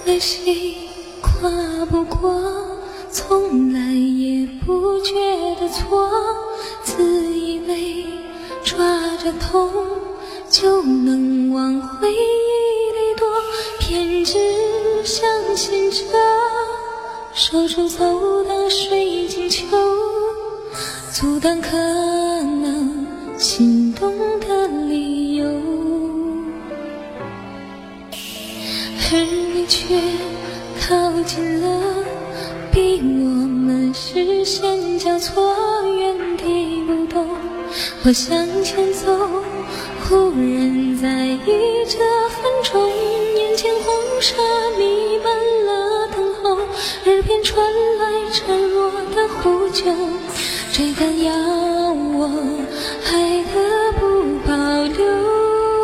可惜跨不过，从来也不觉得错，自以为抓着痛就能往回忆里躲，偏只相信着手中走到水晶球，阻挡可能心动的理由，而你却靠近了，逼我们视线交错，原地不动。我向前走，忽然在意这分钟，眼前黄沙弥漫了等候，耳边传来孱弱的呼救，追赶要我爱的不保留。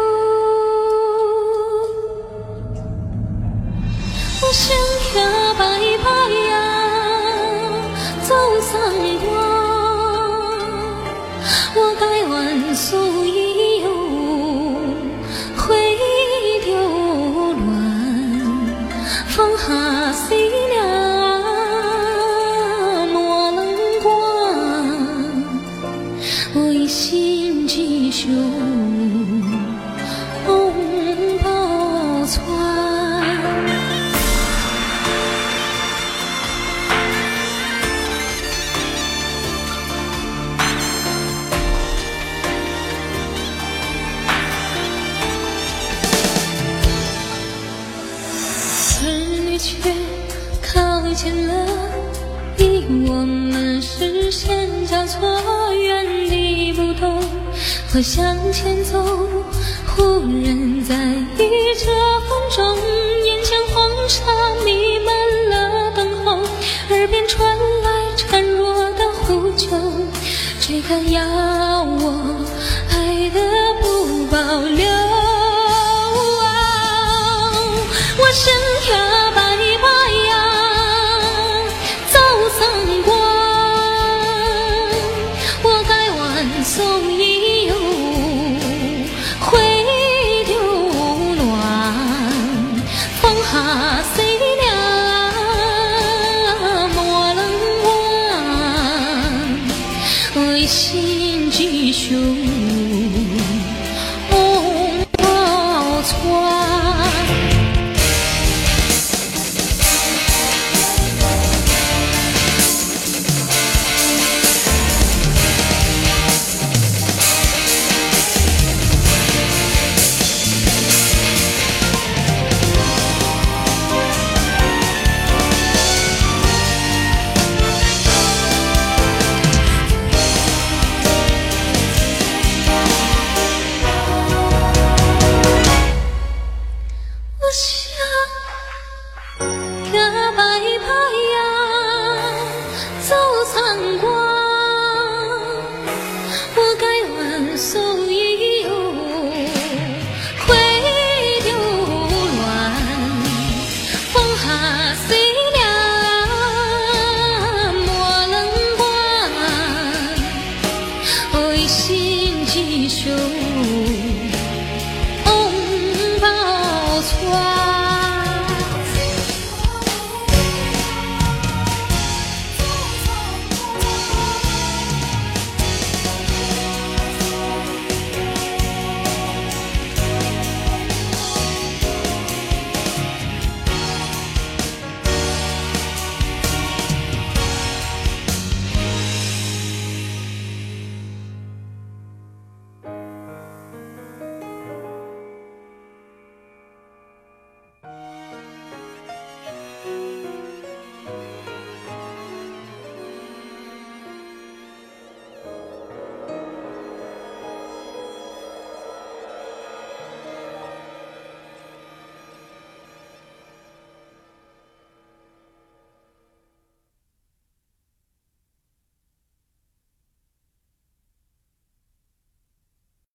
我想呀拜拜呀走三关，我该挽素已有会丢乱，放下思念莫冷光，我一心继续红包船。却靠近了，逼我们视线交错，原地不动。我向前走，忽然在意这分钟，眼前黄沙弥漫了等候，耳边传来孱弱的呼救，追赶要我爱的不保留。我想呀拜拜呀走三关，我该挽送已有会丢乱，放下思念莫冷忘，我一心继续红包船。心继续